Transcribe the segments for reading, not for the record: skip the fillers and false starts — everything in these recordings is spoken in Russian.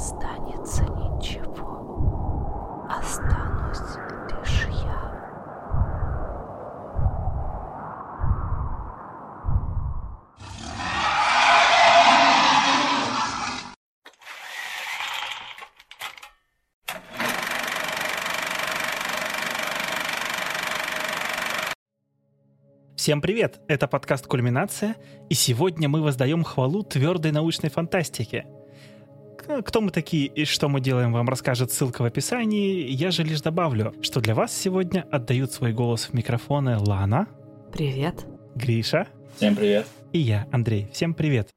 останется ничего. Останусь лишь я. Всем привет! Это подкаст «Кульминация», и сегодня мы воздаем хвалу твердой научной фантастике. Кто мы такие и что мы делаем, вам расскажет ссылка в описании. Я же лишь добавлю, что для вас сегодня отдают свой голос в микрофоны Лана. Привет. Гриша. Всем привет. И я, Андрей. Всем привет.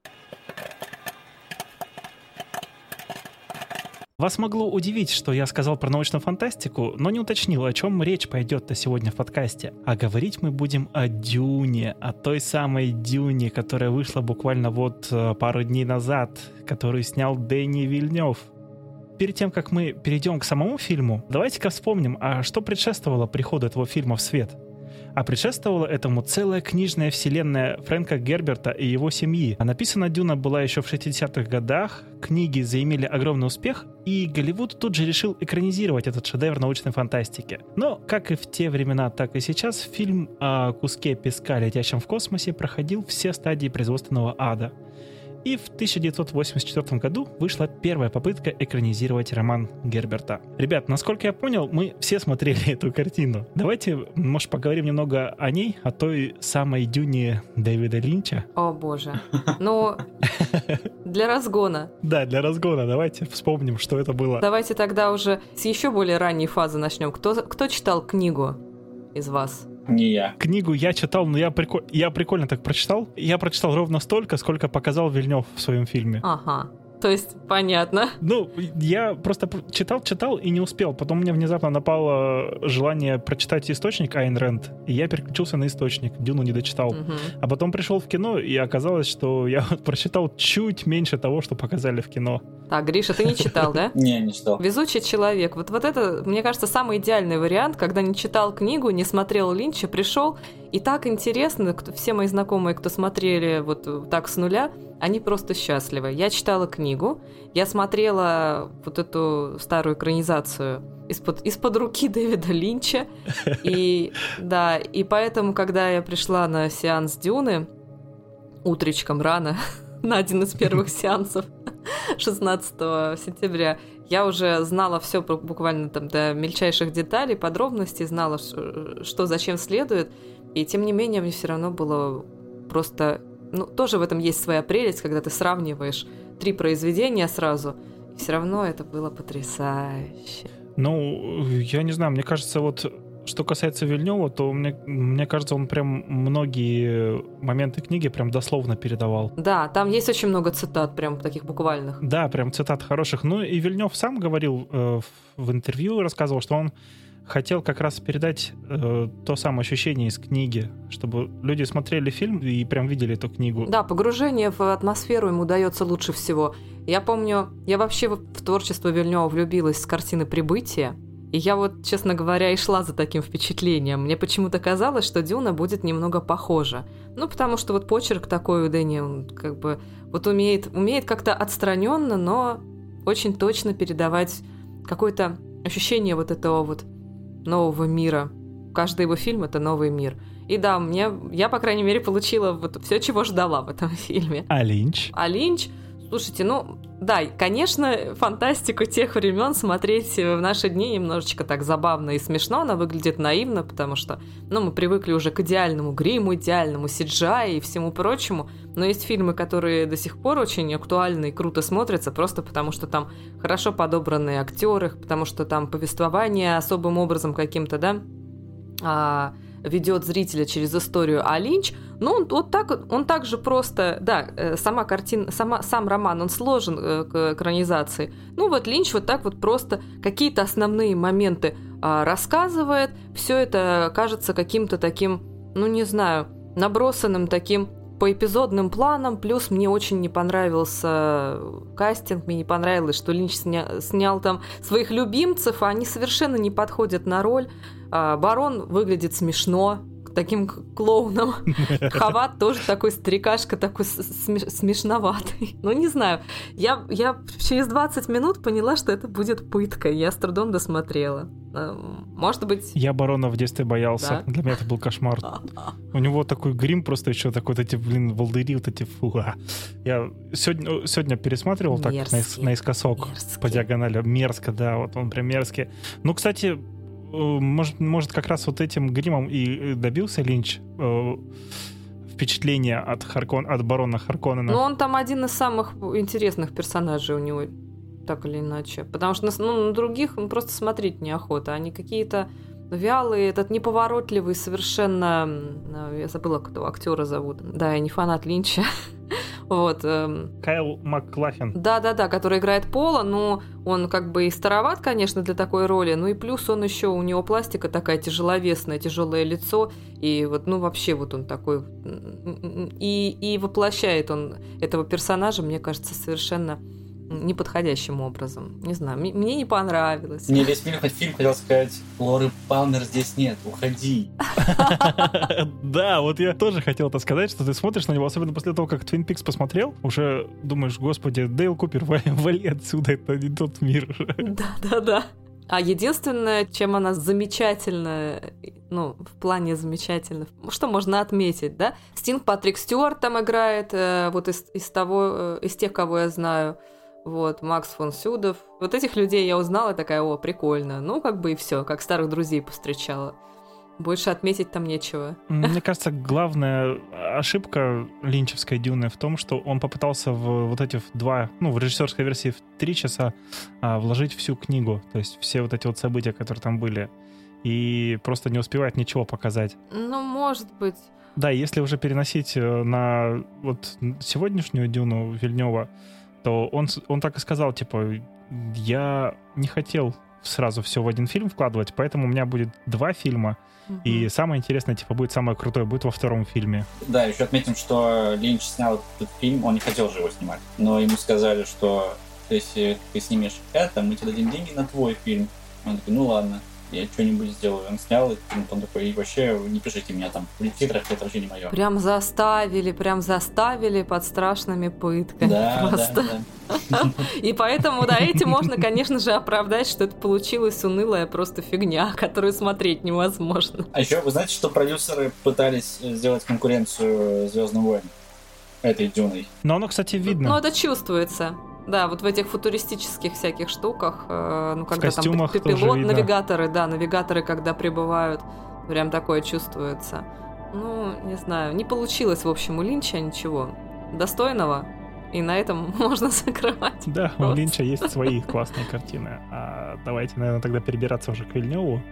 Вас могло удивить, что я сказал про научную фантастику, но не уточнил, о чем речь пойдет-то сегодня в подкасте. А говорить мы будем о Дюне, о той самой Дюне, которая вышла буквально пару дней назад, которую снял Дени Вильнёв. Перед тем, как мы перейдем к самому фильму, давайте-ка вспомним, а что предшествовало приходу этого фильма в свет? А предшествовала этому целая книжная вселенная Фрэнка Герберта и его семьи. А написана Дюна была еще в 60-х годах, книги заимели огромный успех, и Голливуд тут же решил экранизировать этот шедевр научной фантастики. Но, как и в те времена, так и сейчас, фильм о куске песка, летящем в космосе, проходил все стадии производственного ада. И в 1984 году вышла первая попытка экранизировать роман Герберта. Ребят, насколько я понял, мы все смотрели эту картину. Давайте, может, поговорим немного о ней, о той самой Дюне Дэвида Линча. О боже. Ну, для разгона. Да, для разгона. Давайте вспомним, что это было. Давайте тогда уже с еще более ранней фазы начнем. Кто читал книгу из вас? Не я. Книгу я читал, но я прикольно так прочитал. Я прочитал ровно столько, сколько показал Вильнёв в своем фильме. Ага. То есть, понятно. Ну, я просто читал и не успел. Потом мне внезапно напало желание прочитать источник Айн Рэнд, и я переключился на источник, Дюну не дочитал. А потом пришел в кино, и оказалось, что я прочитал чуть меньше того, что показали в кино. Так, Гриша, ты не читал, да? Не читал. Везучий человек. Вот это, мне кажется, самый идеальный вариант, когда не читал книгу, не смотрел Линча, пришел, и так интересно, все мои знакомые, кто смотрели вот так с нуля, они просто счастливы. Я читала книгу, я смотрела вот эту старую экранизацию из-под руки Дэвида Линча, и поэтому, когда я пришла на сеанс Дюны утречком рано, на один из первых сеансов 16 сентября, я уже знала все буквально там до мельчайших деталей, подробностей, знала, что зачем следует, и тем не менее мне все равно было просто... Ну, тоже в этом есть своя прелесть, когда ты сравниваешь 3 произведения сразу, и все равно это было потрясающе. Ну, я не знаю, мне кажется, вот что касается Вильнёва, то мне кажется, он прям многие моменты книги прям дословно передавал. Да, там есть очень много цитат, прям таких буквальных. Да, прям цитат хороших. Ну и Вильнёв сам говорил в интервью, рассказывал, что он хотел как раз передать то самое ощущение из книги, чтобы люди смотрели фильм и прям видели эту книгу. Да, погружение в атмосферу ему удается лучше всего. Я помню, я вообще в творчество Вильнёва влюбилась с картины «Прибытие», и я вот, честно говоря, и шла за таким впечатлением. Мне почему-то казалось, что Дюна будет немного похожа. Ну, потому что вот почерк такой у Дэни, он как бы вот умеет как-то отстраненно, но очень точно передавать какое-то ощущение вот этого вот нового мира. Каждый его фильм — это новый мир. И да, я, по крайней мере, получила вот все, чего ждала в этом фильме. А Линч? Слушайте, да, конечно, фантастику тех времен смотреть в наши дни немножечко так забавно и смешно, она выглядит наивно, потому что, мы привыкли уже к идеальному гриму, идеальному CGI и всему прочему, но есть фильмы, которые до сих пор очень актуальны и круто смотрятся, просто потому что там хорошо подобранные актеры, потому что там повествование особым образом каким-то, да, ведет зрителя через историю. А Линч, он также просто, да, сама картина, сам роман, он сложен к экранизации. Линч вот так вот просто какие-то основные моменты рассказывает, все это кажется каким-то таким, не знаю, набросанным таким по эпизодным планам, плюс мне очень не понравился кастинг, мне не понравилось, что Линч снял там своих любимцев, а они совершенно не подходят на роль. Барон выглядит смешно, таким клоуном. Хават тоже такой старикашка, такой смешноватый. Ну, не знаю. Я через 20 минут поняла, что это будет пыткой. Я с трудом досмотрела. Может быть... Я Барона в детстве боялся. Да? Для меня это был кошмар. У него такой грим просто еще такой, вот эти, волдыри, вот эти фуга. Я сегодня пересматривал мерзкий, так наискосок мерзкий. По диагонали. Мерзко, да, вот он прям мерзкий. Ну, кстати, может как раз вот этим гримом и добился Линч впечатления от барона Харконнена. Ну, он там один из самых интересных персонажей у него, так или иначе. Потому что на других просто смотреть неохота. Они какие-то вялые, этот неповоротливый совершенно... Я забыла, как этого актера зовут. Да, я не фанат Линча. Вот. Кайл Маклахен. Да, который играет Пола, но он как бы и староват, конечно, для такой роли, ну и плюс он еще, у него пластика такая тяжеловесная, тяжелое лицо, и вот, ну вообще вот он такой, и воплощает он этого персонажа, мне кажется, совершенно неподходящим образом. Не знаю, мне не понравилось. Мне весь фильм хотел сказать: Лоры Палмер здесь нет, уходи. Да, вот я тоже хотел это сказать, что ты смотришь на него, особенно после того, как Twin Peaks посмотрел, уже думаешь: господи, Дейл Купер, вали отсюда, это не тот мир. Да. А единственное, чем она замечательна, ну, в плане замечательно, что можно отметить, да? Стинг Патрик Стюарт там играет, вот из тех, кого я знаю. Вот, Макс фон Сюдов. Вот этих людей я узнала, такая: о, прикольно. Ну, как бы и все, как старых друзей повстречала. Больше отметить там нечего. Мне кажется, главная ошибка линчевской Дюны в том, что он попытался в вот эти в режиссерской версии в 3 часа вложить всю книгу, то есть все вот эти вот события, которые там были, и просто не успевает ничего показать. Ну, может быть. Да, если уже переносить на вот сегодняшнюю Дюну Вильнёва, то он так и сказал, типа: я не хотел сразу все в один фильм вкладывать, поэтому у меня будет 2 фильма, и самое интересное, типа, будет самое крутое, будет во 2-м фильме. Да, еще отметим, что Линч снял этот фильм, он не хотел же его снимать, но ему сказали, что если ты снимешь это, мы тебе дадим деньги на твой фильм. Он такой: ну ладно, я что-нибудь сделаю. Он снял, и он такой: и вообще не пишите меня там в титрах, это вообще не мое. Прям заставили под страшными пытками. Да. И поэтому, да, этим можно, конечно же, оправдать, что это получилась унылая просто фигня, которую смотреть невозможно. А еще вы знаете, что продюсеры пытались сделать конкуренцию «Звездным войнам» этой Дюной? Но оно, кстати, видно. Ну, это чувствуется. Да, вот в этих футуристических всяких штуках, ну, когда там пилот, навигаторы, когда прибывают, прям такое чувствуется. Ну, не знаю, не получилось, в общем, у Линча ничего достойного, и на этом можно закрывать. Да, просто. У Линча есть свои классные картины. Давайте, наверное, тогда перебираться уже к Вильнёву.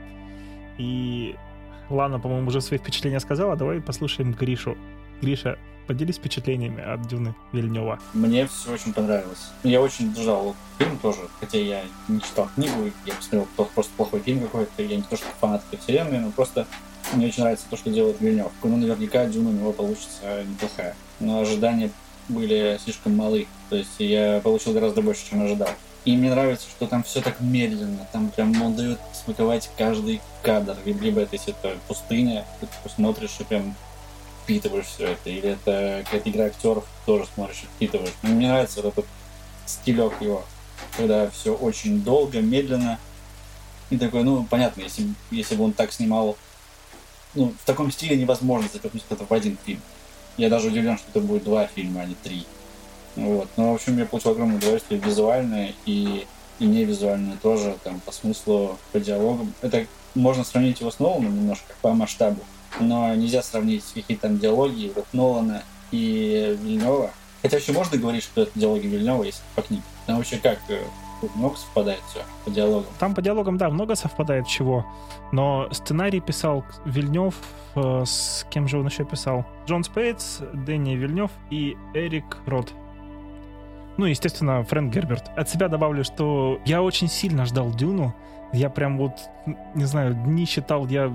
И Лана, по-моему, уже свои впечатления сказала, давай послушаем Гришу. Гриша, поделись впечатлениями от Дюны Вильнёва. Мне все очень понравилось. Я очень ждал фильм тоже, хотя я не читал книгу, я посмотрел просто плохой фильм какой-то, я не то что фанат этой вселенной, но просто мне очень нравится то, что делает Вильнёв. Ну, наверняка Дюна у него получится неплохая. Но ожидания были слишком малы, то есть я получил гораздо больше, чем ожидал. И мне нравится, что там все так медленно, там прям он дает смаковать каждый кадр, либо это, если это пустыня, ты посмотришь и прям впитываешь все это, или это какая-то игра актеров, тоже смотришь и впитываешь. Мне нравится вот этот стилек его, когда все очень долго, медленно, и такой, ну, понятно, если бы он так снимал, ну, в таком стиле невозможно запихнуть это в один фильм. Я даже удивлен, что это будет 2 фильма, а не 3. Вот. Но, в общем, я получил огромное удовольствие визуальное и невизуальное тоже, там, по смыслу, по диалогам. Это можно сравнить его с Ноланом немножко по масштабу, но нельзя сравнить какие-то там диалоги вот Нолана и Вильнёва. Хотя вообще можно говорить, что это диалоги Вильнёва, если по книге. Там вообще как много совпадает все по диалогам. Там по диалогам, да, много совпадает чего. Но сценарий писал Вильнёв, с кем же он еще писал? Джон Спейтс, Дэнни Вильнёв и Эрик Рот. Ну, естественно, Фрэнк Герберт. От себя добавлю, что я очень сильно ждал Дюну. Я прям вот, не знаю, дни считал, я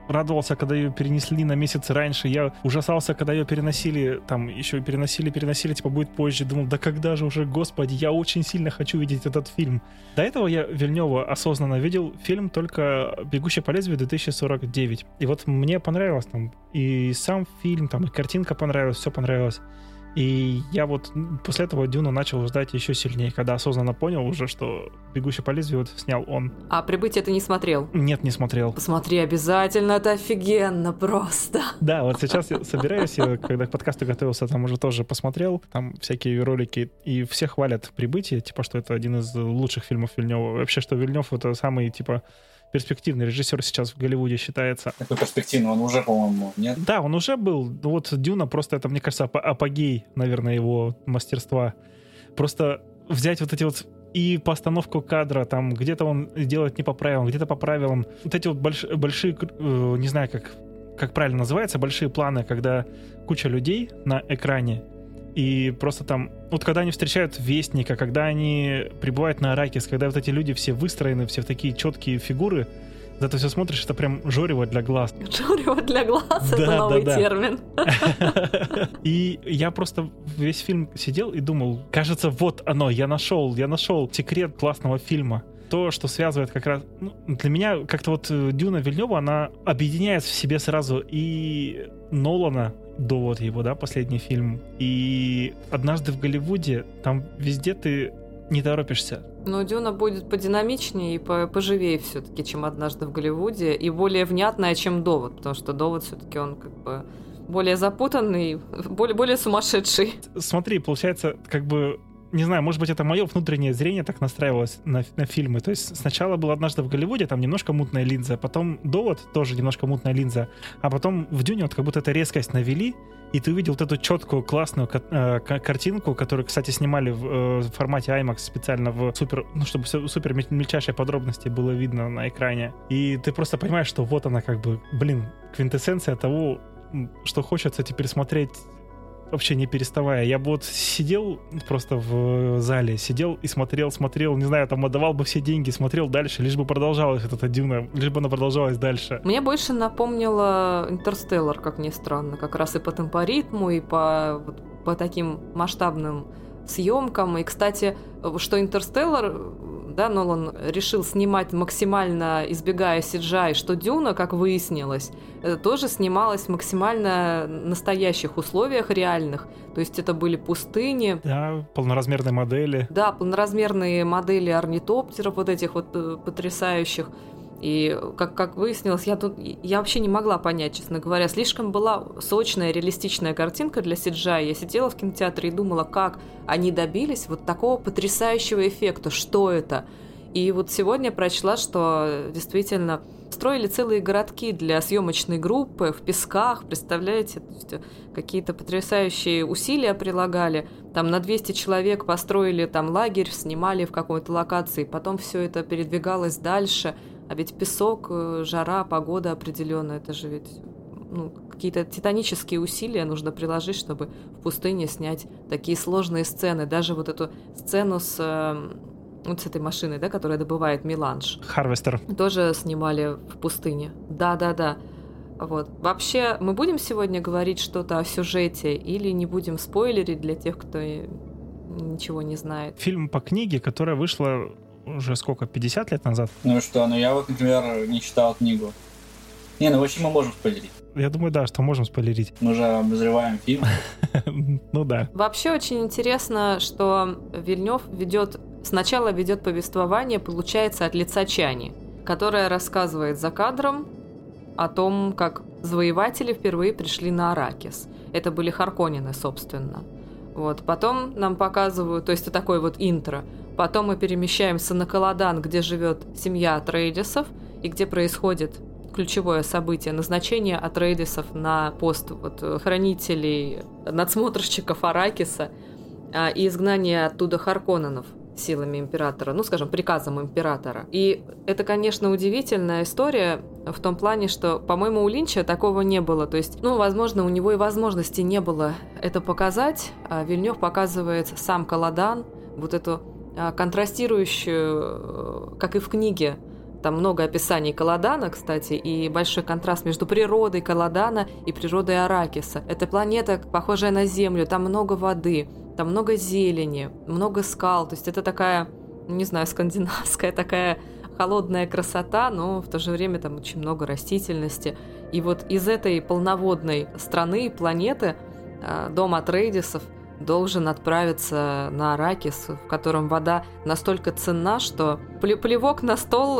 радовался, когда ее перенесли на месяц раньше. Я ужасался, когда ее переносили, там еще переносили, типа будет позже. Думал, да когда же уже, господи, я очень сильно хочу видеть этот фильм. До этого я Вильнёва осознанно видел фильм только «Бегущий по лезвию» 2049. И вот мне понравилось там и сам фильм, там и картинка понравилась, все понравилось. И я вот после этого Дюну начал ждать еще сильнее, когда осознанно понял уже, что «Бегущий по лезвию» вот снял он. А «Прибытие» ты не смотрел? Нет, не смотрел. Посмотри обязательно, это офигенно просто. Да, вот сейчас я собираюсь, когда к подкасту готовился, там уже тоже посмотрел, там всякие ролики, и все хвалят «Прибытие», типа, что это один из лучших фильмов Вильнёва. Вообще, что Вильнёв — это самый, типа, перспективный режиссер сейчас в Голливуде считается. Такой перспективный, он уже, по-моему, нет? Да, он уже был. Вот «Дюна» просто, это, мне кажется, апогей, наверное, его мастерства. Просто взять вот эти вот и постановку кадра, там где-то он делает не по правилам, где-то по правилам. Вот эти вот большие, не знаю, как правильно называется, большие планы, когда куча людей на экране, и просто там, вот когда они встречают Вестника, когда они прибывают на Аракис, когда вот эти люди все выстроены, все в такие четкие фигуры, за это все смотришь, это прям жорево для глаз. Жорево для глаз, да, это новый термин. И я просто весь фильм сидел и думал, кажется, вот оно, я нашел секрет классного фильма. То, что связывает как раз... для меня как-то вот Дюна Вильнёва, она объединяет в себе сразу и Нолана, до вот его, да, последний фильм, и «Однажды в Голливуде», там везде ты не торопишься. Но Дюна будет подинамичнее и поживее все-таки, чем «Однажды в Голливуде», и более внятная, чем «Довод», потому что «Довод» все-таки он как бы более запутанный, более сумасшедший. Смотри, получается, как бы, не знаю, может быть, это мое внутреннее зрение так настраивалось на фильмы. То есть сначала был «Однажды в Голливуде», там немножко мутная линза, потом «Довод», тоже немножко мутная линза, а потом в «Дюне» вот как будто это резкость навели, и ты увидел вот эту четкую, классную картинку, которую, кстати, снимали в формате IMAX специально в супер, чтобы супер мельчайшие подробности было видно на экране. И ты просто понимаешь, что вот она как бы, квинтэссенция того, что хочется теперь смотреть вообще не переставая. Я бы вот сидел просто в зале, сидел и смотрел, не знаю, там отдавал бы все деньги, смотрел дальше, лишь бы продолжалась эта Дюна, лишь бы она продолжалась дальше. Мне больше напомнило «Интерстеллар», как ни странно, как раз и по темпоритму, и по таким масштабным съемкам. И, кстати, что «Интерстеллар», да, Нолан решил снимать максимально избегая CGI, что «Дюна», как выяснилось, тоже снималась в максимально настоящих условиях реальных. То есть это были пустыни. Да, полноразмерные модели. Да, полноразмерные модели орнитоптеров вот этих вот потрясающих. И как выяснилось, я вообще не могла понять, честно говоря. Слишком была сочная, реалистичная картинка для CGI. Я сидела в кинотеатре и думала, как они добились вот такого потрясающего эффекта. Что это? И вот сегодня прочла, что действительно строили целые городки для съемочной группы в песках, представляете? То есть какие-то потрясающие усилия прилагали. Там на 200 человек построили там лагерь, снимали в какой-то локации. Потом все это передвигалось дальше. А ведь песок, жара, погода определенная, это же ведь какие-то титанические усилия нужно приложить, чтобы в пустыне снять такие сложные сцены. Даже вот эту сцену с этой машиной, да, которая добывает меланж. Харвестер. Тоже снимали в пустыне. Да. Вот. Вообще, мы будем сегодня говорить что-то о сюжете или не будем спойлерить для тех, кто ничего не знает? Фильм по книге, которая вышла уже сколько, 50 лет назад? Ну что, я вот, например, не читал книгу. Вообще мы можем спойлерить. Я думаю, да, что можем спойлерить. Мы же обозреваем фильм. Ну да. Вообще очень интересно, что Вильнёв сначала ведет повествование, получается, от лица Чани, которая рассказывает за кадром о том, как завоеватели впервые пришли на Аракис. Это были Харконнены, собственно. Вот. Потом нам показывают, то есть это такое вот интро. Потом мы перемещаемся на Каладан, где живет семья Атрейдисов, и где происходит ключевое событие — назначение Атрейдисов на пост хранителей, надсмотрщиков Аракиса и изгнание оттуда Харконненов силами императора, скажем, приказом императора. И это, конечно, удивительная история в том плане, что, по-моему, у Линча такого не было. То есть, возможно, у него и возможности не было это показать. А Вильнёв показывает сам Каладан, вот эту контрастирующую, как и в книге, Там много описаний Каладана, кстати, и большой контраст между природой Каладана и природой Аракиса. Это планета, похожая на Землю, там много воды, там много зелени, много скал. То есть это такая, не знаю, скандинавская такая холодная красота, но в то же время там очень много растительности. И вот из этой полноводной страны, планеты, дом Атрейдисов должен отправиться на Аракис, в котором вода настолько ценна, что плевок на стол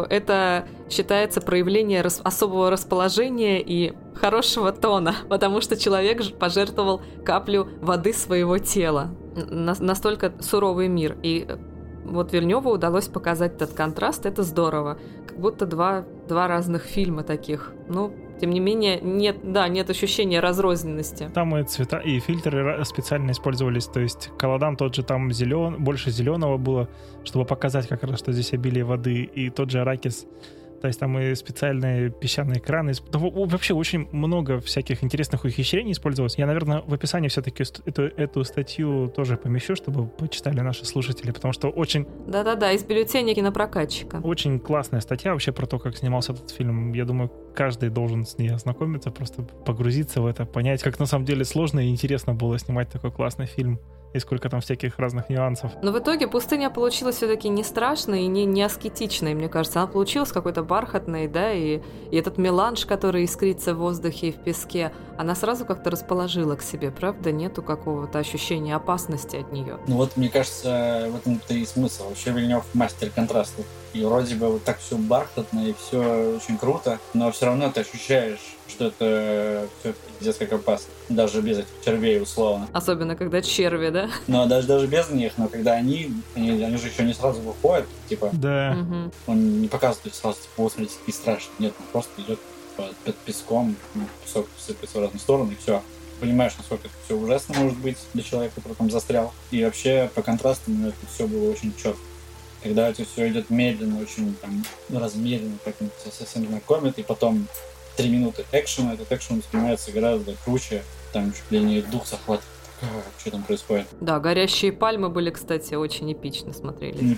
это считается проявление особого расположения и хорошего тона, потому что человек пожертвовал каплю воды своего тела. Настолько суровый мир. И вот Вильнёву удалось показать этот контраст, это здорово. Как будто два разных фильма таких. Ну, тем не менее, нет ощущения разрозненности. Там и цвета, и фильтры специально использовались. То есть Каладан тот же там больше зеленого было, чтобы показать как раз, что здесь обилие воды. И тот же Аракис. То есть там и специальные песчаные экраны. Вообще очень много всяких интересных ухищрений использовалось. Я, наверное, в описании все-таки эту статью тоже помещу, чтобы почитали наши слушатели, потому что очень... Да-да-да, из бюллетеня кинопрокатчика. Очень классная статья вообще про то, как снимался этот фильм. Я думаю, каждый должен с ней ознакомиться, просто погрузиться в это, понять, как на самом деле сложно и интересно было снимать такой классный фильм. И сколько там всяких разных нюансов. Но в итоге пустыня получилась все-таки не страшной и не аскетичной, мне кажется. Она получилась какой-то бархатной, да, и этот меланж, который искрится в воздухе и в песке, она сразу как-то расположила к себе, правда? Нету какого-то ощущения опасности от нее. Ну вот, мне кажется, в этом-то и смысл. Вообще Вильнёв мастер контрастов. И вроде бы вот так все бархатно и все очень круто, но все равно ты ощущаешь, что это все пиздец как опасно. Даже без этих червей, условно. Особенно, когда черви, да? Но даже без них, но когда они же еще не сразу выходят, типа, да. Он не показывает сразу, типа, вот, смотрите, какие страшные. Нет, он просто идет под песком, песок сыпется в разные стороны, и все. Понимаешь, насколько это все ужасно может быть для человека, который там застрял. И вообще, по контрастам, это все было очень четко. Когда это все идет медленно, очень там размеренно, как он совсем знакомит, и потом 3 минуты экшена, этот экшен воспринимается гораздо круче, там чуть ли не дух захватывает. Что там происходит? Да, горящие пальмы были, кстати, очень эпично смотрелись.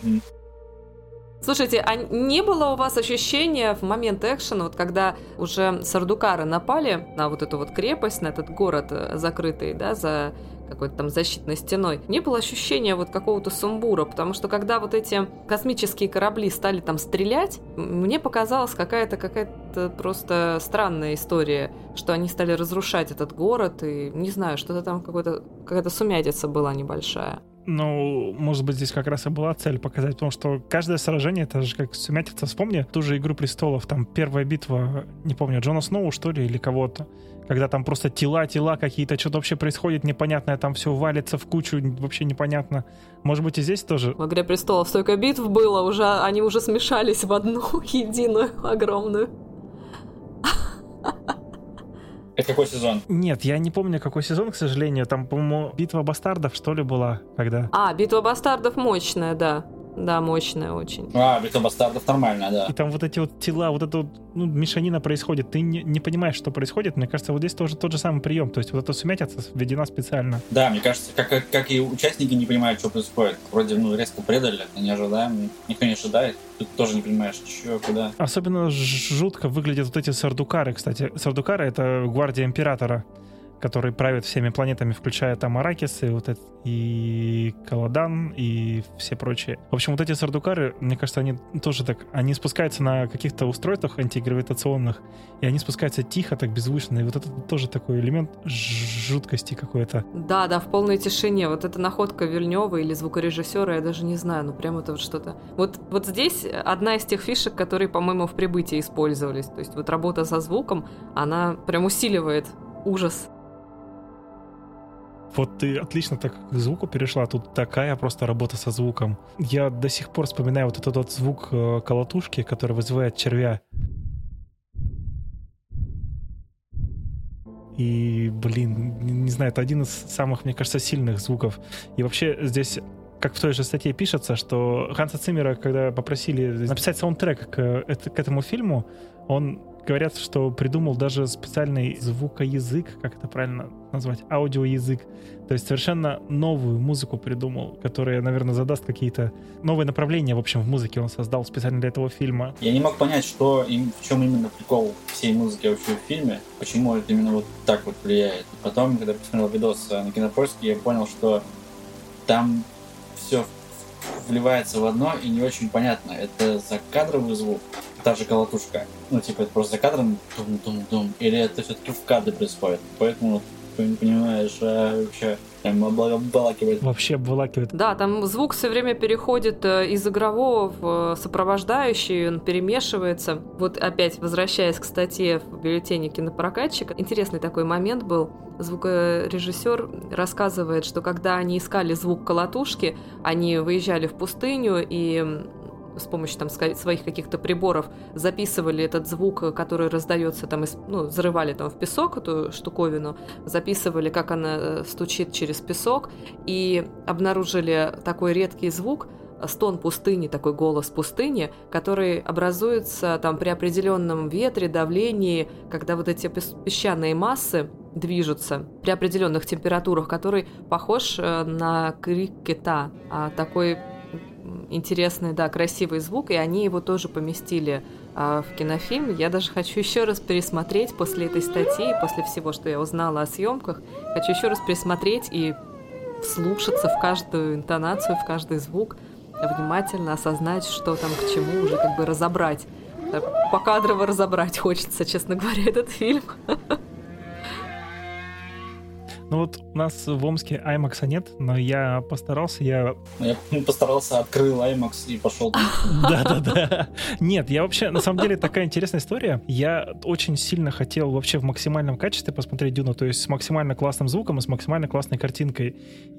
Слушайте, а не было у вас ощущения в момент экшена, вот когда уже сардукары напали на вот эту вот крепость, на этот город закрытый, да, за какой-то там защитной стеной, не было ощущения вот какого-то сумбура, потому что когда вот эти космические корабли стали там стрелять, мне показалась какая-то просто странная история, что они стали разрушать этот город, и не знаю, что-то там какая-то сумятица была небольшая. Ну, может быть, здесь как раз и была цель показать, потому что каждое сражение, это же как сумятица. Вспомни ту же «Игру престолов», там первая битва, не помню, Джона Сноу, что ли, или кого-то, когда там просто тела какие-то, что-то вообще происходит непонятное, там все валится в кучу, вообще непонятно. Может быть, и здесь тоже? В «Игре престолов» столько битв было, они уже смешались в одну единую, огромную. Это какой сезон? Нет, я не помню, какой сезон, к сожалению. Там, по-моему, «Битва бастардов», что ли, была, когда... «Битва бастардов» мощная, да. Да, мощная очень. «Битва бастардов» нормально, да. И там вот эти вот тела, вот эта вот, мешанина происходит. Ты не понимаешь, что происходит. Мне кажется, вот здесь тоже тот же самый прием. То есть вот эта сумятица введена специально. Да, мне кажется, как и участники не понимают, что происходит. Вроде, резко предали, не ожидаем. Никто не ожидает. Тут тоже не понимаешь, что, куда. Особенно жутко выглядят вот эти сардукары, кстати. Сардукары — это гвардия императора, который правит всеми планетами, включая там Аракис, и Каладан, и все прочие. В общем, вот эти сардукары, мне кажется, они тоже так, они спускаются на каких-то устройствах антигравитационных, и они спускаются тихо, так беззвучно, и вот это тоже такой элемент жуткости какой-то. Да, в полной тишине. Вот эта находка Вильнёва или звукорежиссера, я даже не знаю, прям это вот что-то. Вот здесь одна из тех фишек, которые, по-моему, в «Прибытии» использовались. То есть вот работа со звуком, она прям усиливает ужас. Вот ты отлично так к звуку перешла. Тут такая просто работа со звуком. Я до сих пор вспоминаю вот этот звук колотушки, который вызывает червя. И, не знаю, это один из самых, мне кажется, сильных звуков. И вообще здесь как в той же статье пишется, что Ханса Циммера, когда попросили написать саундтрек к этому фильму, он, говорят, что придумал даже специальный звукоязык, как это правильно назвать, аудиоязык. То есть совершенно новую музыку придумал, которая, наверное, задаст какие-то новые направления, в общем, в музыке он создал специально для этого фильма. Я не мог понять, в чем именно прикол всей музыки вообще в фильме, почему это именно вот так вот влияет. И потом, когда посмотрел видос на Кинопоиске, я понял, что там все вливается в одно и не очень понятно. Это закадровый звук, та же колотушка. Ну, типа, это просто за кадром тум-тум-тум. Или это все-таки в кадре происходит. Поэтому ты не понимаешь, вообще обволакивает. Вообще обволакивает. Да, там звук все время переходит из игрового в сопровождающий, он перемешивается. Вот опять, возвращаясь к статье в бюллетене кинопрокатчика, интересный такой момент был. Звукорежиссер рассказывает, что когда они искали звук колотушки, они выезжали в пустыню и с помощью там своих каких-то приборов записывали этот звук, который раздается там, зарывали там в песок эту штуковину, записывали, как она стучит через песок, и обнаружили такой редкий звук, стон пустыни, такой голос пустыни, который образуется там при определенном ветре, давлении, когда вот эти песчаные массы движутся при определенных температурах, который похож на крик кита, такой интересный, да, красивый звук, и они его тоже поместили в кинофильм. Я даже хочу еще раз пересмотреть после этой статьи, после всего, что я узнала о съемках, хочу еще раз пересмотреть и вслушаться в каждую интонацию, в каждый звук, внимательно осознать, что там к чему, уже как бы разобрать. Покадрово разобрать хочется, честно говоря, этот фильм. Ну вот у нас в Омске IMAX нет, но я постарался, Я постарался, открыл IMAX и пошел. Да-да-да. Нет, я вообще, на самом деле, такая интересная история. Я очень сильно хотел вообще в максимальном качестве посмотреть Дюну, то есть с максимально классным звуком и с максимально классной картинкой.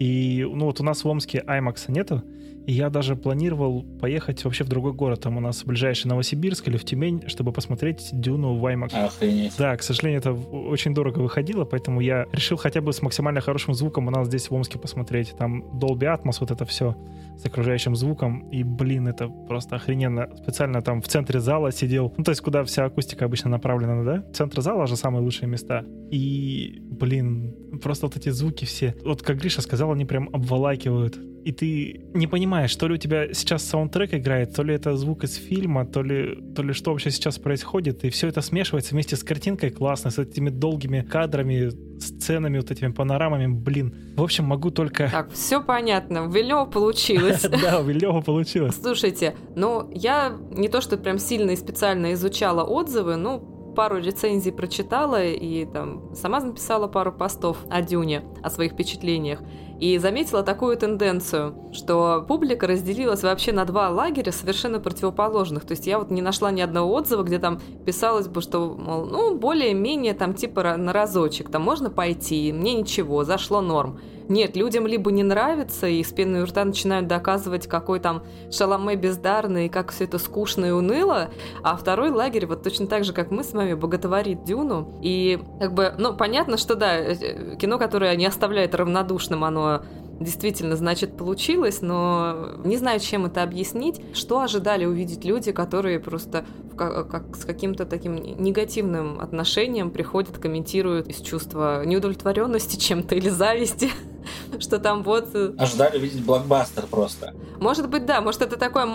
И ну вот у нас в Омске IMAX нету, и я даже планировал поехать вообще в другой город, там у нас ближайший Новосибирск или в Тюмень, чтобы посмотреть Дюну в IMAX. Охренеть. Да, к сожалению, это очень дорого выходило, поэтому я решил хотя бы с максимально хорошим звуком у нас здесь в Омске посмотреть. Там Dolby Atmos, вот это все с окружающим звуком. И, блин, это просто охрененно. Специально там в центре зала сидел. Ну, то есть, куда вся акустика обычно направлена, да? Центр зала же самые лучшие места. И, блин, просто вот эти звуки все. Вот как Гриша сказал, они прям обволакивают. И ты не понимаешь, то ли у тебя сейчас саундтрек играет, то ли это звук из фильма, то ли что вообще сейчас происходит. И все это смешивается вместе с картинкой классно, с этими долгими кадрами, сценами, вот этими панорамами, блин. В общем, могу только... Так, все понятно, у Вильнёва получилось. Да, у Вильнёва получилось. Слушайте, ну, я не то, что прям сильно и специально изучала отзывы, пару рецензий прочитала и там сама написала пару постов о Дюне, о своих впечатлениях. И заметила такую тенденцию, что публика разделилась вообще на два лагеря совершенно противоположных. То есть я вот не нашла ни одного отзыва, где там писалось бы, что, мол, более-менее там типа на разочек, там можно пойти, мне ничего, зашло норм. Нет, людям либо не нравится, и с пеной у рта начинают доказывать, какой там Шаломе бездарный, и как все это скучно и уныло, а второй лагерь, вот точно так же, как мы с вами, боготворит Дюну. И как бы, понятно, что да, кино, которое не оставляет равнодушным, оно действительно, значит, получилось, но не знаю, чем это объяснить. Что ожидали увидеть люди, которые просто как с каким-то таким негативным отношением приходят, комментируют из чувства неудовлетворенности чем-то или зависти, что там вот... Ожидали увидеть блокбастер просто. Может быть, да. Может, это такая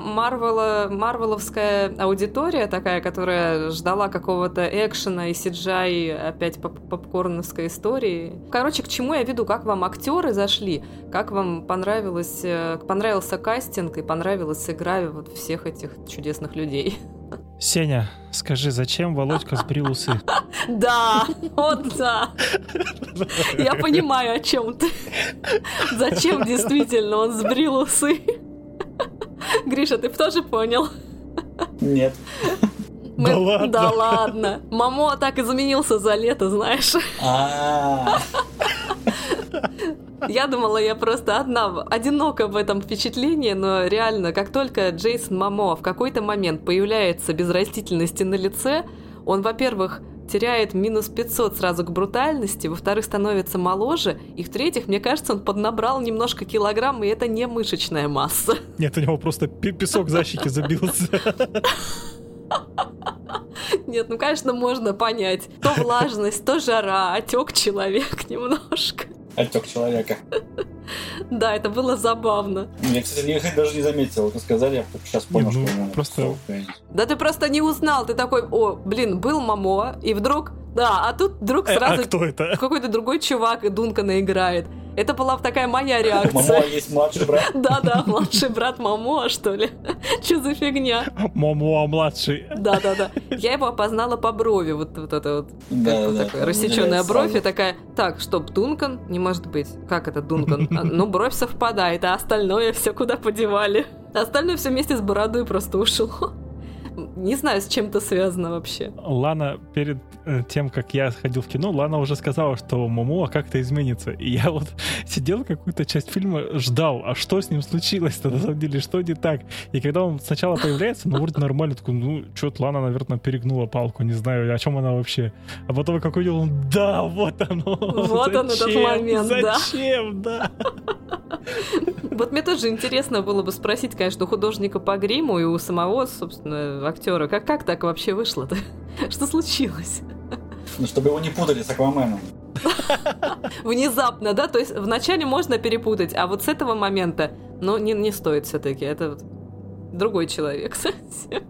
марвеловская аудитория такая, которая ждала какого-то экшена и CGI, опять попкорновской истории. Короче, к чему я веду? Как вам актеры зашли? Как вам понравился кастинг и понравилась игра вот всех этих чудесных людей? Сеня, скажи, зачем Володька сбрил усы? Да, вот да. Я понимаю, о чем ты. Зачем действительно он сбрил усы? Гриша, ты тоже понял? Нет. Да ладно? Да ладно. Мамо так изменился за лето, знаешь. Я думала, я просто одинока в этом впечатлении, но реально, как только Джейсон Момо в какой-то момент появляется без растительности на лице, он, во-первых, теряет минус 500 сразу к брутальности, во-вторых, становится моложе, и в-третьих, мне кажется, он поднабрал немножко килограмм, и это не мышечная масса. Нет, у него просто песок за щеки забился. Нет, ну, конечно, можно понять. То влажность, то жара, отек человек немножко. Отек человека. Да, это было забавно. Я, кстати, даже не заметил, это сказали, я только сейчас понял, что он просто... Да ты просто не узнал, ты такой, был Момоа, и вдруг, а тут вдруг сразу... А кто это? Какой-то другой чувак, и Дункана играет. Это была такая моя реакция. Момоа есть младший брат? Да, младший брат Момоа, что ли? Че за фигня? Момоа младший. Да. Я его опознала по брови, вот это вот. Да. Рассеченная бровь, и такая, так, стоп, Дункан? Не может быть. Как это Дункан? Ну, бровь совпадает, а остальное все куда подевали? Остальное все вместе с бородой просто ушло. Не знаю, с чем это связано вообще. Лана, перед тем, как я сходил в кино, Лана уже сказала, что Момоа как-то изменится. И я вот сидел какую-то часть фильма, ждал, а что с ним случилось-то, на самом деле, что не так? И когда он сначала появляется, вроде нормально, такой, что-то Лана, наверное, перегнула палку, не знаю, о чем она вообще. А потом, как увидел, да, вот оно. Вот он этот момент, Зачем, да? Вот мне тоже интересно было бы спросить, конечно, у художника по гриму и у самого, собственно, актера, как так вообще вышло-то? Что случилось? Ну, чтобы его не путали с Акваменом. Внезапно, да? То есть вначале можно перепутать, а вот с этого момента, не стоит все-таки. Это вот другой человек совсем.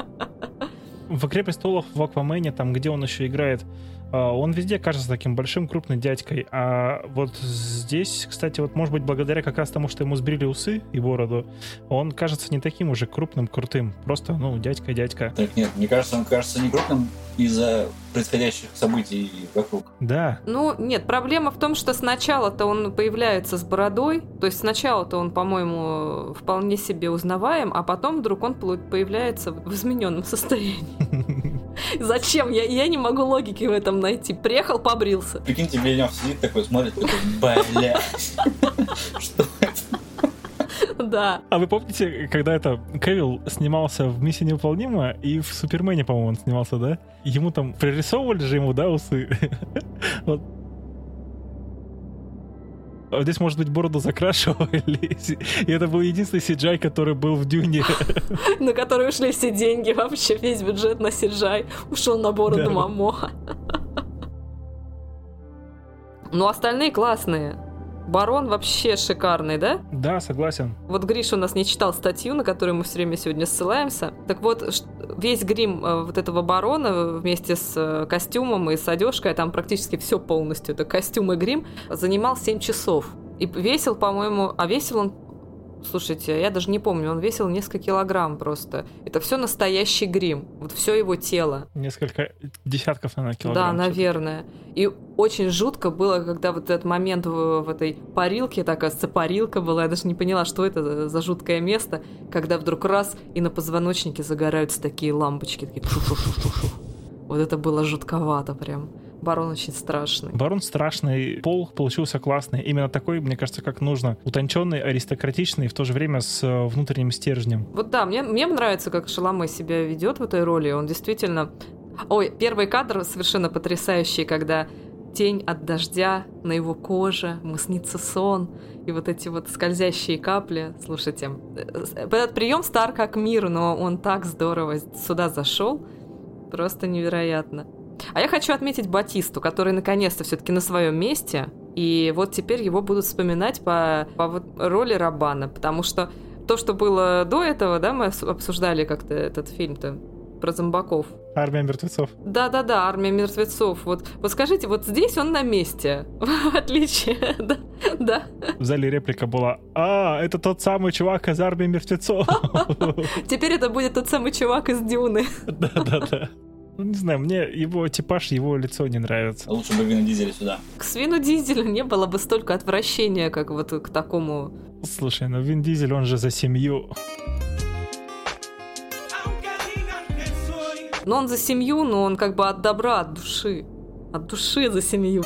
В «Игре престолов», в «Аквамене», там, где он еще играет, он везде кажется таким большим, крупным дядькой. А вот здесь, кстати, вот может быть благодаря как раз тому, что ему сбрили усы и бороду, он кажется не таким уже крупным, крутым. Просто, дядька. Так нет, мне кажется, он кажется не крупным из-за происходящих событий вокруг. Да. Нет, проблема в том, что сначала-то он появляется с бородой, то есть сначала-то он, по-моему, вполне себе узнаваем, а потом вдруг он появляется в измененном состоянии. Зачем? Я не могу логики в этом найти. Приехал, побрился. Прикиньте, Вильнёв сидит такой, смотрит, такой, бля, что это? Да. А вы помните, когда Кевилл снимался в «Миссии невыполнима» и в «Супермене», по-моему, он снимался, да? Ему там пририсовывали же усы. Вот. А здесь, может быть, бороду закрашивали. И это был единственный CGI, который был в «Дюне». На который ушли все деньги, вообще весь бюджет на CGI ушел на бороду Момоа. Остальные классные. Барон вообще шикарный, да? Да, согласен. Вот Гриша у нас не читал статью, на которую мы все время сегодня ссылаемся. Так вот, весь грим вот этого барона вместе с костюмом и с одежкой, там практически все полностью, это костюм и грим, занимал 7 часов. И весил, по-моему, весил он, слушайте, я даже не помню, он весил несколько килограмм просто. Это все настоящий грим, вот все его тело. Несколько десятков, наверное, килограмм. Да, наверное. И очень жутко было, когда вот этот момент в этой парилке, так кажется, парилка была, я даже не поняла, что это за жуткое место, когда вдруг раз, и на позвоночнике загораются такие лампочки, такие шу-шу-шу-шу-шу. Вот это было жутковато прям. Барон очень страшный. Барон страшный, Пол получился классный. Именно такой, мне кажется, как нужно. Утонченный, аристократичный, в то же время с внутренним стержнем. Вот да, мне нравится, как Шаломе себя ведет в этой роли. Он действительно... первый кадр совершенно потрясающий, когда тень от дождя на его коже, ему снится сон, и вот эти вот скользящие капли. Слушайте, этот прием стар как мир, но он так здорово сюда зашел. Просто невероятно. А я хочу отметить Батисту, который наконец-то все-таки на своем месте, и вот теперь его будут вспоминать по вот роли Раббана, потому что то, что было до этого, да, мы обсуждали как-то этот фильм-то про зомбаков. «Армия мертвецов». Да-да-да, «Армия мертвецов». Вот скажите, вот здесь он на месте, в отличие, да. В зале реплика была: это тот самый чувак из «Армии мертвецов». Теперь это будет тот самый чувак из «Дюны». Да-да-да. Не знаю, мне его типаж, его лицо не нравится. Лучше бы Вина Дизеля сюда. К Вину Дизелю не было бы столько отвращения, как вот к такому. Слушай, Вин Дизель, он же за семью. Но он за семью, но он как бы от добра, от души. От души за семью.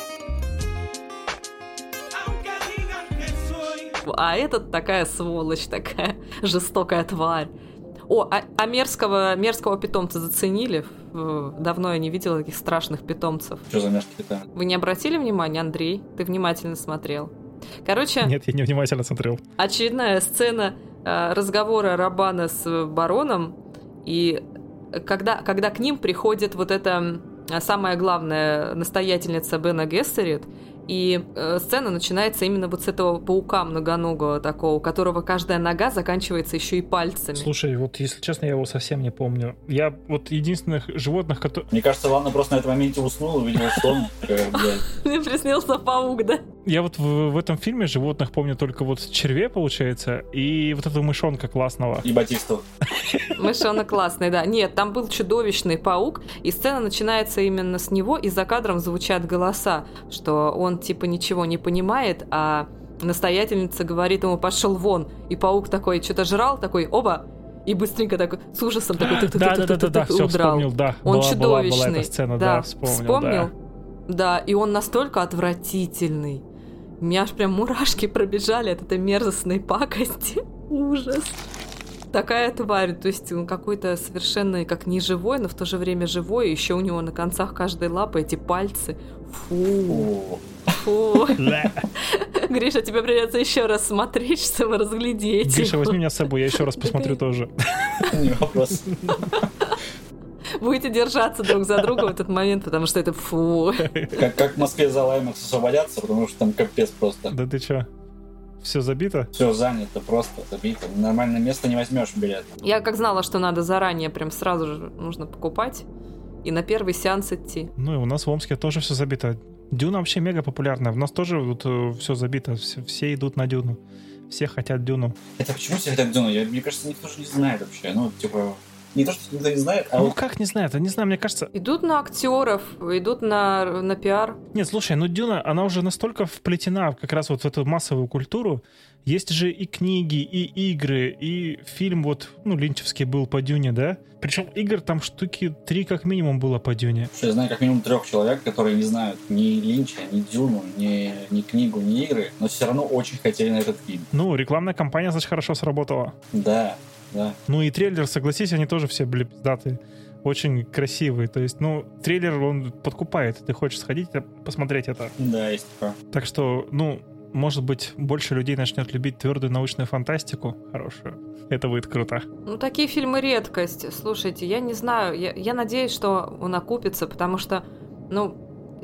А этот такая сволочь, такая жестокая тварь. А мерзкого питомца заценили? Давно я не видела таких страшных питомцев. Что за мерзкий питомец? Вы не обратили внимания, Андрей? Ты внимательно смотрел. Короче... Нет, я не внимательно смотрел. Очередная сцена разговора Рабана с бароном, и когда к ним приходит вот эта самая главная настоятельница Бена Гессерит, и сцена начинается именно вот с этого паука многоногого такого, у которого каждая нога заканчивается еще и пальцами. Слушай, вот если честно, я его совсем не помню. Я вот единственных животных, которые... Мне кажется, Лана просто на этом моменте уснула, увидела сон. Мне приснился паук, да? Я вот в этом фильме животных помню только вот червя, получается, и вот этого мышонка классного. И Батисту. Мышонок классный, да. Нет, там был чудовищный паук, и сцена начинается именно с него, и за кадром звучат голоса, что он типа ничего не понимает, а настоятельница говорит ему «пошел вон», и паук такой что-то жрал, такой «оба», и быстренько такой с ужасом такой да, все вспомнил, да. Он чудовищный. Была эта сцена, да, вспомнил. Да, и он настолько отвратительный. У меня аж прям мурашки пробежали от этой мерзостной пакости. Ужас. Такая тварь, то есть он какой-то совершенно как не живой, но в то же время живой, еще у него на концах каждой лапы эти пальцы. Фу. Гриша, тебе придется еще раз смотреть, чтобы разглядеть. Гриша, возьми меня с собой, я еще раз посмотрю тоже. Не вопрос. Будете держаться друг за друга в этот момент, потому что это фу. Как в Москве за Лаймакс освободятся, потому что там капец просто. Да ты чё? Все забито? Все занято, просто забито. Нормальное место не возьмешь билет. Я как знала, что надо заранее, прям сразу же нужно покупать и на первый сеанс идти. Ну и у нас в Омске тоже все забито. Дюна вообще мега популярная. У нас тоже вот все забито. Все идут на Дюну. Все хотят Дюну. Это почему все хотят Дюну? Мне кажется, никто же не знает вообще. Ну, типа... Не то, что никто не знает, а ну вот... как не знает? Я не знаю, мне кажется... Идут на актеров, идут на пиар. Нет, слушай, ну Дюна, она уже настолько вплетена как раз вот в эту массовую культуру. Есть же и книги, и игры, и фильм вот, ну, линчевский был по Дюне, да? Причем игр там штуки 3 как минимум было по Дюне. Я знаю как минимум 3 человек, которые не знают ни Линча, ни Дюну, ни книгу, ни игры, но все равно очень хотели на этот фильм. Ну, рекламная кампания, значит, хорошо сработала. Да. Ну и трейлер, согласись, они тоже все были пиздатые. Очень красивые. То есть, ну, трейлер, он подкупает. Ты хочешь сходить, посмотреть это. Да, есть такое. Так что, ну, может быть, больше людей начнет любить твердую научную фантастику хорошую. Это будет круто. Ну, такие фильмы редкость. Слушайте, я не знаю. Я надеюсь, что он окупится, потому что, ну,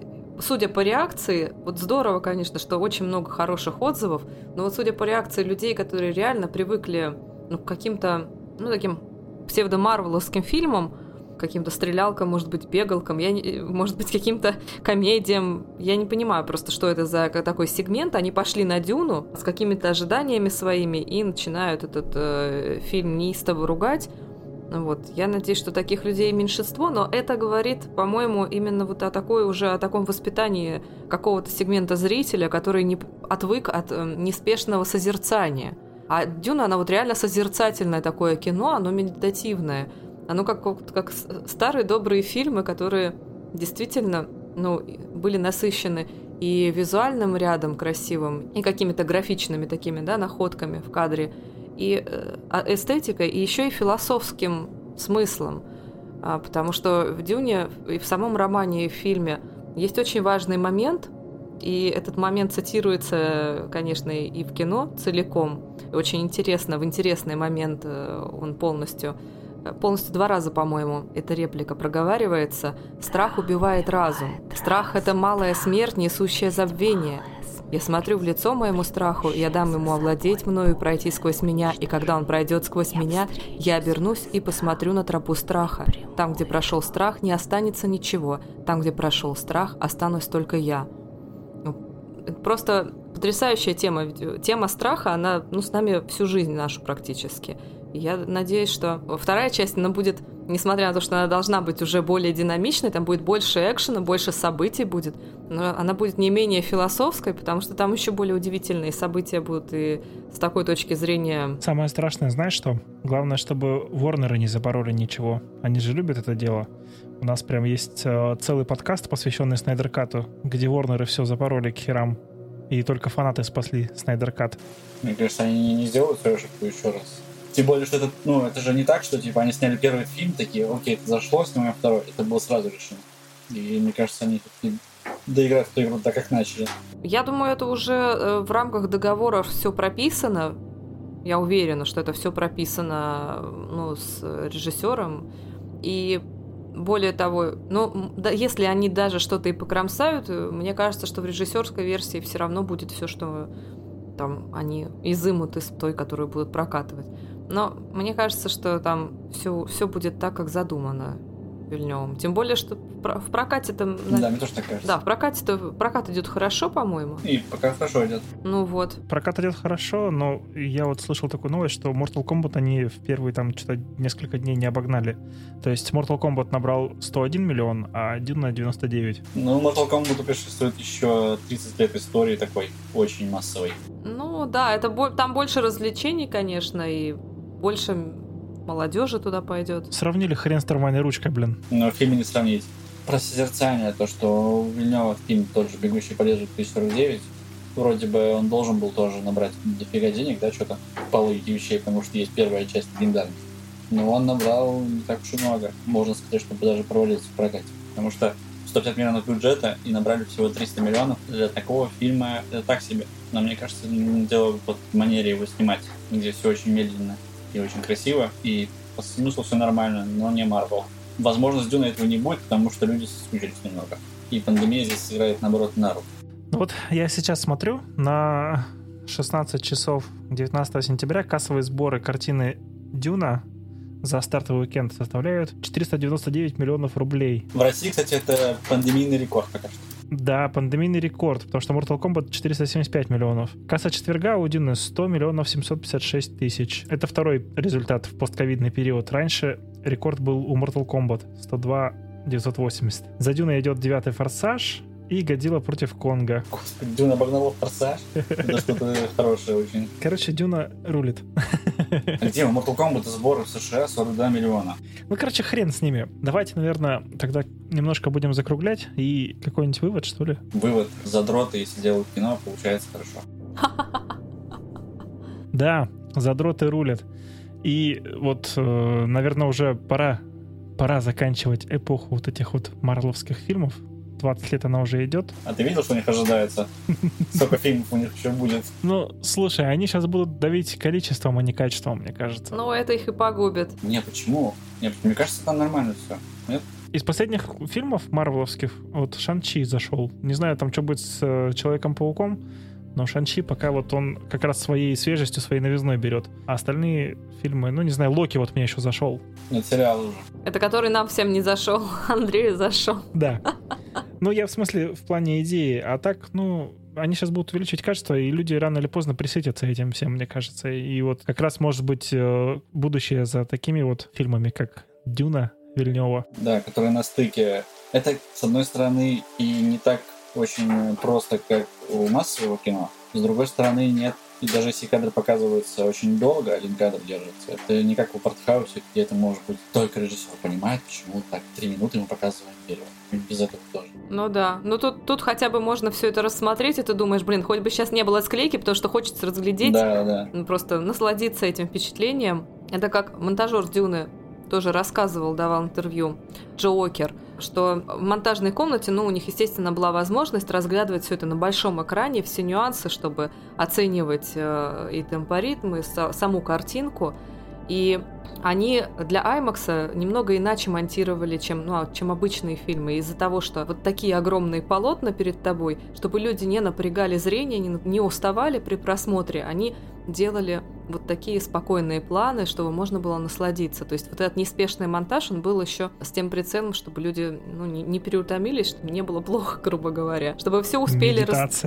судя по реакции, вот здорово, конечно, что очень много хороших отзывов, но вот судя по реакции людей, которые реально привыкли к каким-то, ну, таким псевдо-марвеловским фильмам, каким-то стрелялкам, может быть, бегалкам, может быть, каким-то комедиям. Я не понимаю просто, что это за такой сегмент. Они пошли на Дюну с какими-то ожиданиями своими и начинают этот фильм неистово ругать. Вот. Я надеюсь, что таких людей меньшинство, но это говорит, по-моему, именно вот о таком воспитании какого-то сегмента зрителя, который не отвык от неспешного созерцания. А «Дюна», она вот реально созерцательное такое кино, оно медитативное. Оно как старые добрые фильмы, которые действительно, ну, были насыщены и визуальным рядом красивым, и какими-то графичными такими, да, находками в кадре, и эстетикой, и еще и философским смыслом. Потому что в «Дюне» и в самом романе, и в фильме есть очень важный момент, и этот момент цитируется, конечно, и в кино целиком. И очень интересно, в интересный момент он полностью 2 раза, по-моему, эта реплика проговаривается. «Страх убивает разум. Страх – это малая смерть, несущая забвение. Я смотрю в лицо моему страху, я дам ему овладеть мною и пройти сквозь меня, и когда он пройдет сквозь меня, я обернусь и посмотрю на тропу страха. Там, где прошел страх, не останется ничего. Там, где прошел страх, останусь только я». Просто потрясающая тема. Тема страха, она, ну, с нами всю жизнь нашу практически. И я надеюсь, что вторая часть, она будет, несмотря на то, что она должна быть уже более динамичной, там будет больше экшена, больше событий будет, но она будет не менее философской, потому что там еще более удивительные события будут и с такой точки зрения. Самое страшное, знаешь что? Главное, чтобы Ворнеры не запороли ничего. Они же любят это дело. У нас прям есть целый подкаст, посвященный Снайдер-кату, где Ворнеры все запороли к херам. И только фанаты спасли Снайдер-кат. Мне кажется, они не сделают свою ошибку еще раз. Тем более, что это же не так, что типа они сняли первый фильм, такие, окей, это зашло, снимаем второй. Это было сразу решено. И мне кажется, они доиграют в эту игру так, как начали. Я думаю, это уже в рамках договоров все прописано. Я уверена, что это все прописано с режиссером. И более того, если они даже что-то и покромсают, мне кажется, что в режиссерской версии все равно будет все, что там они изымут из той, которую будут прокатывать. Но мне кажется, что там все будет так, как задумано Вильнёвым. Тем более, что в прокате-то... Да, мне тоже так кажется. Да, в прокате-то прокат идет хорошо, по-моему. И пока хорошо идет. Ну вот. Прокат идет хорошо, но я вот слышал такую новость, что Mortal Kombat они в первые там что-то несколько дней не обогнали. То есть Mortal Kombat набрал 101 миллион, а Dune 99. Mortal Kombat присутствует еще 30 лет истории такой, очень массовой. Ну да, там больше развлечений, конечно, и больше молодежи туда пойдет. Сравнили хрен с тормальной ручкой, блин. Но в фильме не сравнить. Про созерцание, то, что у Вильнёва фильм тот же «Бегущий по лезвию 2049», вроде бы он должен был тоже набрать дофига денег, да, что-то по логике вещей, потому что есть первая часть легендарная. Но он набрал не так уж и много. Можно сказать, чтобы даже провалиться в прокате. Потому что 150 миллионов бюджета и набрали всего 300 миллионов. Для такого фильма это так себе. Но мне кажется, дело вот в манере его снимать, где все очень медленно и очень красиво, и по смыслу все нормально, но не Marvel. Возможно, с Дюной этого не будет, потому что люди соскучились немного. И пандемия здесь сыграет, наоборот, на руку. Вот я сейчас смотрю на 16 часов 19 сентября кассовые сборы картины «Дюна» за стартовый уикенд составляют 499 миллионов рублей. В России, кстати, это пандемийный рекорд пока что. Да, пандемийный рекорд, потому что Mortal Kombat 475 миллионов. Касса четверга у Дюны 100 миллионов 756 тысяч. Это второй результат в постковидный период. Раньше рекорд был у Mortal Kombat 102 980. За Дюной идет 9-й «Форсаж» и «Годзилла против Конга». Господи, Дюна обогнала «Форсаж»? Это что-то хорошее очень. Короче, Дюна рулит. Где у Mortal Kombat сборы в США 42 миллиона? Хрен с ними. Давайте, наверное, тогда немножко будем закруглять и какой-нибудь вывод, что ли? Вывод: задроты, если делают кино, получается хорошо. Да, задроты рулят. И вот, наверное, уже пора заканчивать эпоху вот этих вот марвеловских фильмов. 20 лет она уже идет. А ты видел, что у них ожидается? Сколько фильмов у них еще будет? Ну, слушай, они сейчас будут давить количеством, а не качеством, мне кажется. Ну, это их и погубит. Не, почему? Мне кажется, там нормально все. Нет? Из последних фильмов марвеловских вот Шан-Чи зашел. Не знаю, там что будет с Человеком-пауком, но Шан-Чи пока вот он как раз своей свежестью, своей новизной берет. А остальные фильмы, не знаю, Локи вот мне еще зашел. Нет, сериал уже. Это который нам всем не зашел, Андрею зашел. Да. Я в смысле в плане идеи. А так, они сейчас будут увеличивать качество, и люди рано или поздно присытятся этим всем, мне кажется. И вот как раз может быть будущее за такими вот фильмами, как «Дюна» Вильнёва. Да, которые на стыке. Это, с одной стороны, и не так очень просто, как у массового кино. С другой стороны, нет. И даже если кадры показываются очень долго, один кадр держится, это не как в артхаусе, где это может быть только режиссер понимает, почему так 3 минуты мы показываем дерево. Без этого тоже. Ну да. Тут хотя бы можно все это рассмотреть, и ты думаешь, хоть бы сейчас не было склейки, потому что хочется разглядеть. Да. Просто насладиться этим впечатлением. Это как монтажер Дюны тоже рассказывал, давал интервью, Джо Уокер, что в монтажной комнате, у них, естественно, была возможность разглядывать все это на большом экране, все нюансы, чтобы оценивать и темпоритм, и саму картинку. И они для IMAX немного иначе монтировали, чем обычные фильмы, из-за того, что вот такие огромные полотна перед тобой, чтобы люди не напрягали зрение, не уставали при просмотре, они делали вот такие спокойные планы, чтобы можно было насладиться. То есть вот этот неспешный монтаж, он был еще с тем прицелом, чтобы люди не переутомились, чтобы не было плохо, грубо говоря. Чтобы все успели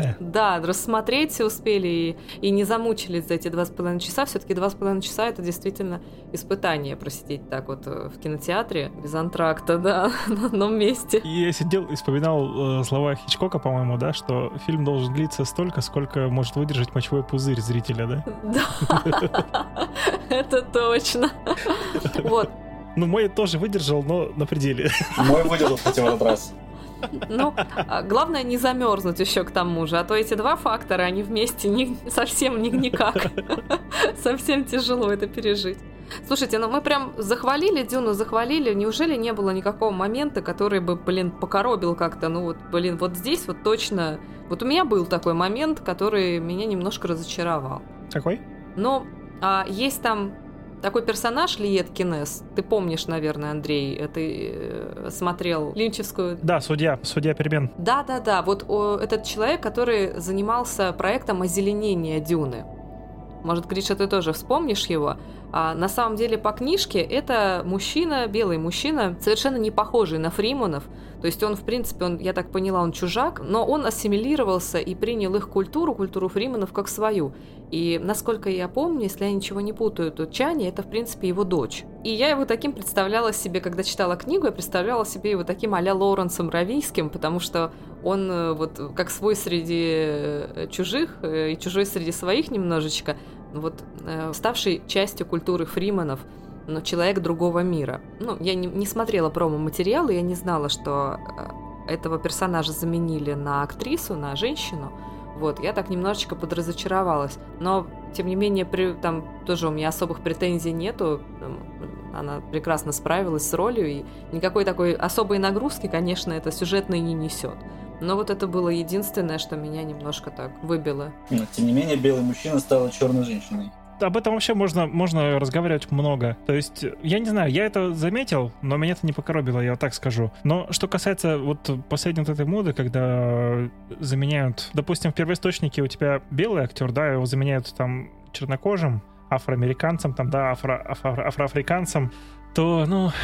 рассмотреть, все успели и не замучились за эти 2,5 часа. Все-таки 2,5 часа — это действительно испытание просидеть так вот в кинотеатре без антракта, да, на одном месте. Я сидел и вспоминал слова Хичкока, по-моему, да, что фильм должен длиться столько, сколько может выдержать мочевой пузырь зрителя, да? Да, это точно. Вот. Мой тоже выдержал, но на пределе. Мой выдержал, кстати, в этот раз. Ну, главное не замерзнуть еще к тому же, а то эти два фактора, они вместе совсем никак. Совсем тяжело это пережить. Слушайте, ну мы прям захвалили Дюну, неужели не было никакого момента, который бы, покоробил как-то, вот здесь вот точно... Вот у меня был такой момент, который меня немножко разочаровал. Какой? Ну, есть там такой персонаж Лиет Кинес. Ты помнишь, наверное, Андрей, ты смотрел линчевскую... Да, судья перемен. Да, вот этот человек, который занимался проектом озеленения Дюны. Может, Гриша, ты тоже вспомнишь его. На самом деле, по книжке это мужчина, белый мужчина, совершенно не похожий на Фриманов. То есть он, в принципе, я так поняла, он чужак, но он ассимилировался и принял их культуру Фриманов, как свою. И, насколько я помню, если я ничего не путаю, то Чани — это, в принципе, его дочь. И я его таким представляла себе, когда читала книгу, я представляла себе его таким а-ля Лоуренсом Равийским, потому что он вот как свой среди чужих и чужой среди своих немножечко, вот ставший частью культуры Фриманов, но человек другого мира. Ну, я не смотрела промо-материалы, я не знала, что этого персонажа заменили на актрису, на женщину. Вот, я так немножечко подразочаровалась. Но, тем не менее, там тоже у меня особых претензий нету. Она прекрасно справилась с ролью, и никакой такой особой нагрузки, конечно, это сюжетной не несет. Но вот это было единственное, что меня немножко так выбило. Но, тем не менее, белый мужчина стал черной женщиной. Об этом вообще можно разговаривать много. То есть, я не знаю, я это заметил, но меня это не покоробило, я вот так скажу. Но что касается вот последней вот этой моды, когда заменяют, допустим, в первоисточнике у тебя белый актер, да, его заменяют там чернокожим, афроамериканцем, там, да, афроафриканцем, то,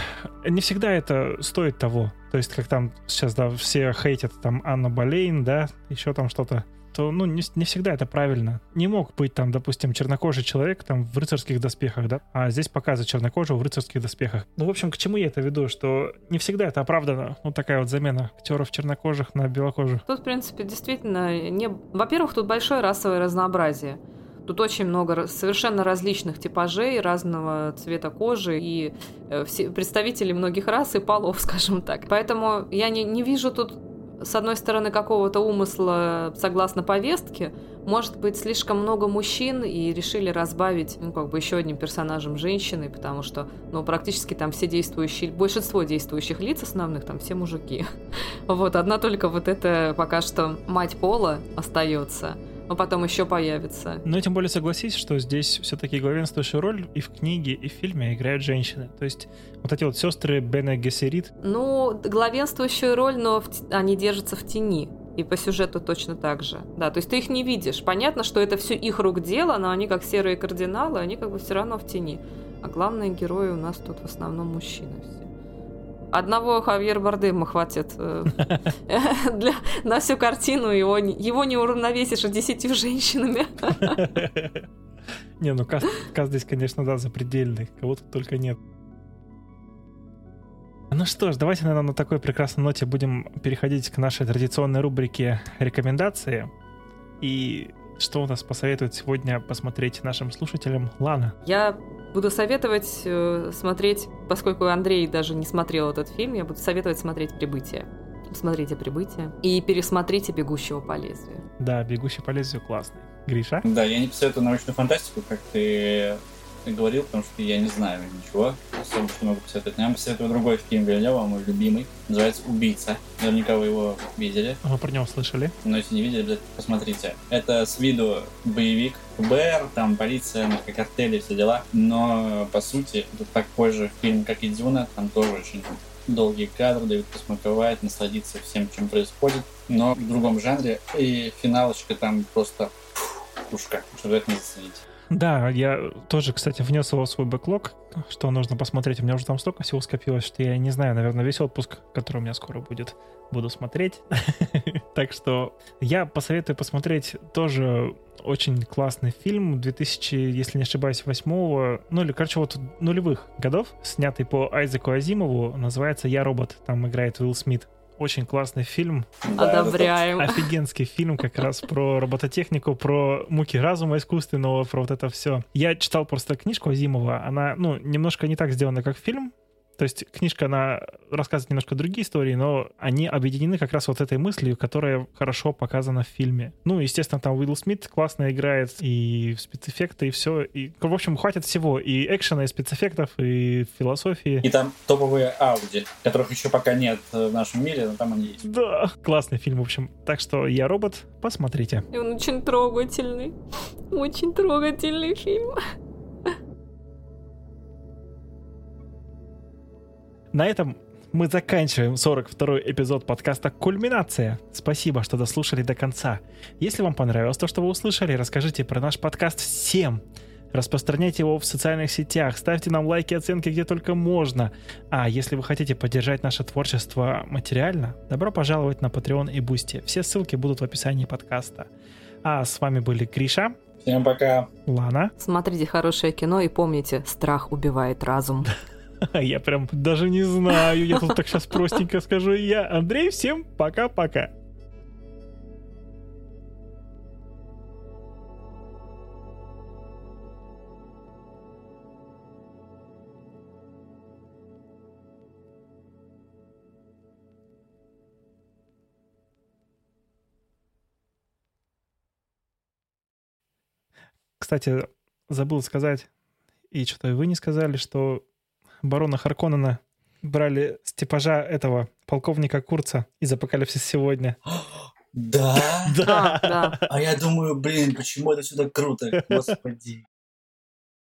не всегда это стоит того. То есть, как там сейчас, да, все хейтят там Анну Болейн, да, еще там что-то, то, не всегда это правильно. Не мог быть там, допустим, чернокожий человек там в рыцарских доспехах, да, а здесь показывают чернокожего в рыцарских доспехах. В общем, к чему я это веду? Что не всегда это оправдано, такая вот замена актеров чернокожих на белокожих. Тут, в принципе, действительно, во-первых, тут большое расовое разнообразие. Тут очень много совершенно различных типажей, разного цвета кожи и представителей многих рас и полов, скажем так. Поэтому я не вижу тут, с одной стороны, какого-то умысла согласно повестке. Может быть, слишком много мужчин и решили разбавить, еще одним персонажем женщиной, потому что, практически там большинство действующих лиц основных, там все мужики. Вот, одна только вот эта пока что мать Пола остается. Но потом еще появится. Но тем более согласись, что здесь все-таки главенствующую роль и в книге, и в фильме играют женщины. То есть вот эти вот сестры Бене Гессерит. Главенствующую роль, но они держатся в тени. И по сюжету точно так же. Да, то есть ты их не видишь. Понятно, что это все их рук дело, но они как серые кардиналы, они как бы все равно в тени. А главные герои у нас тут в основном мужчины все. Одного Хавьер Бардема хватит на всю картину, его не уравновесишь 10 женщинами. Не, каст здесь, конечно, да, запредельный, кого тут только нет. Ну что ж, давайте, наверное, на такой прекрасной ноте будем переходить к нашей традиционной рубрике «Рекомендации». И что у нас посоветует сегодня посмотреть нашим слушателям Лана? Я буду советовать смотреть, поскольку Андрей даже не смотрел этот фильм, я буду советовать смотреть «Прибытие». Смотрите «Прибытие» и пересмотрите «Бегущего по лезвию». Да, «Бегущий по лезвию» классный. Гриша? Да, я не посоветую научную фантастику, как ты говорил, потому что я не знаю ничего особо, что могу посоветовать. Я вам посоветую другой фильм Вильнёва, мой любимый. Называется «Убийца». Наверняка вы его видели. Вы про него слышали. Но если не видели, обязательно посмотрите. Это с виду боевик. ФБР, там полиция, наркокартели, все дела. Но, по сути, это такой же фильм, как и «Дюна». Там тоже очень долгие кадры, дают посмаковать, насладиться всем, чем происходит. Но в другом жанре. И финалочка там просто пушка, что обязательно заценить. Да, я тоже, кстати, внес его в свой бэклог, что нужно посмотреть. У меня уже там столько всего скопилось, что я не знаю, наверное, весь отпуск, который у меня скоро будет, буду смотреть. Так что я посоветую посмотреть тоже очень классный фильм 2000, если не ошибаюсь, 8-го, нулевых годов, снятый по Айзеку Азимову, называется «Я робот». Там играет Уилл Смит. Очень классный фильм. Одобряем. Офигенский фильм как раз про робототехнику, про муки разума искусственного, про вот это все. Я читал просто книжку Азимова. Она, немножко не так сделана, как фильм. То есть книжка, она рассказывает немножко другие истории, но они объединены как раз вот этой мыслью, которая хорошо показана в фильме. Ну, естественно, там Уилл Смит классно играет, и спецэффекты, и все. И, в общем, хватит всего. И экшена, и спецэффектов, и философии. И там топовые Ауди, которых еще пока нет в нашем мире, но там они есть. Да, классный фильм, в общем. Так что «Я робот», посмотрите. И он очень трогательный. Очень трогательный фильм. На этом мы заканчиваем 42-й эпизод подкаста «Кульминация». Спасибо, что дослушали до конца. Если вам понравилось то, что вы услышали, расскажите про наш подкаст всем. Распространяйте его в социальных сетях, ставьте нам лайки и оценки где только можно. А если вы хотите поддержать наше творчество материально, добро пожаловать на Patreon и Boosty. Все ссылки будут в описании подкаста. А с вами были Гриша. Всем пока. Лана. Смотрите хорошее кино и помните, страх убивает разум. Я прям даже не знаю, я тут так сейчас простенько скажу. Я Андрей, всем пока-пока. Кстати, забыл сказать, и что-то вы не сказали, что барона Харконнена брали с типажа этого полковника Курца из «Апокалипсис сегодня». Да? Да. Да. А я думаю, блин, почему это все так круто, господи.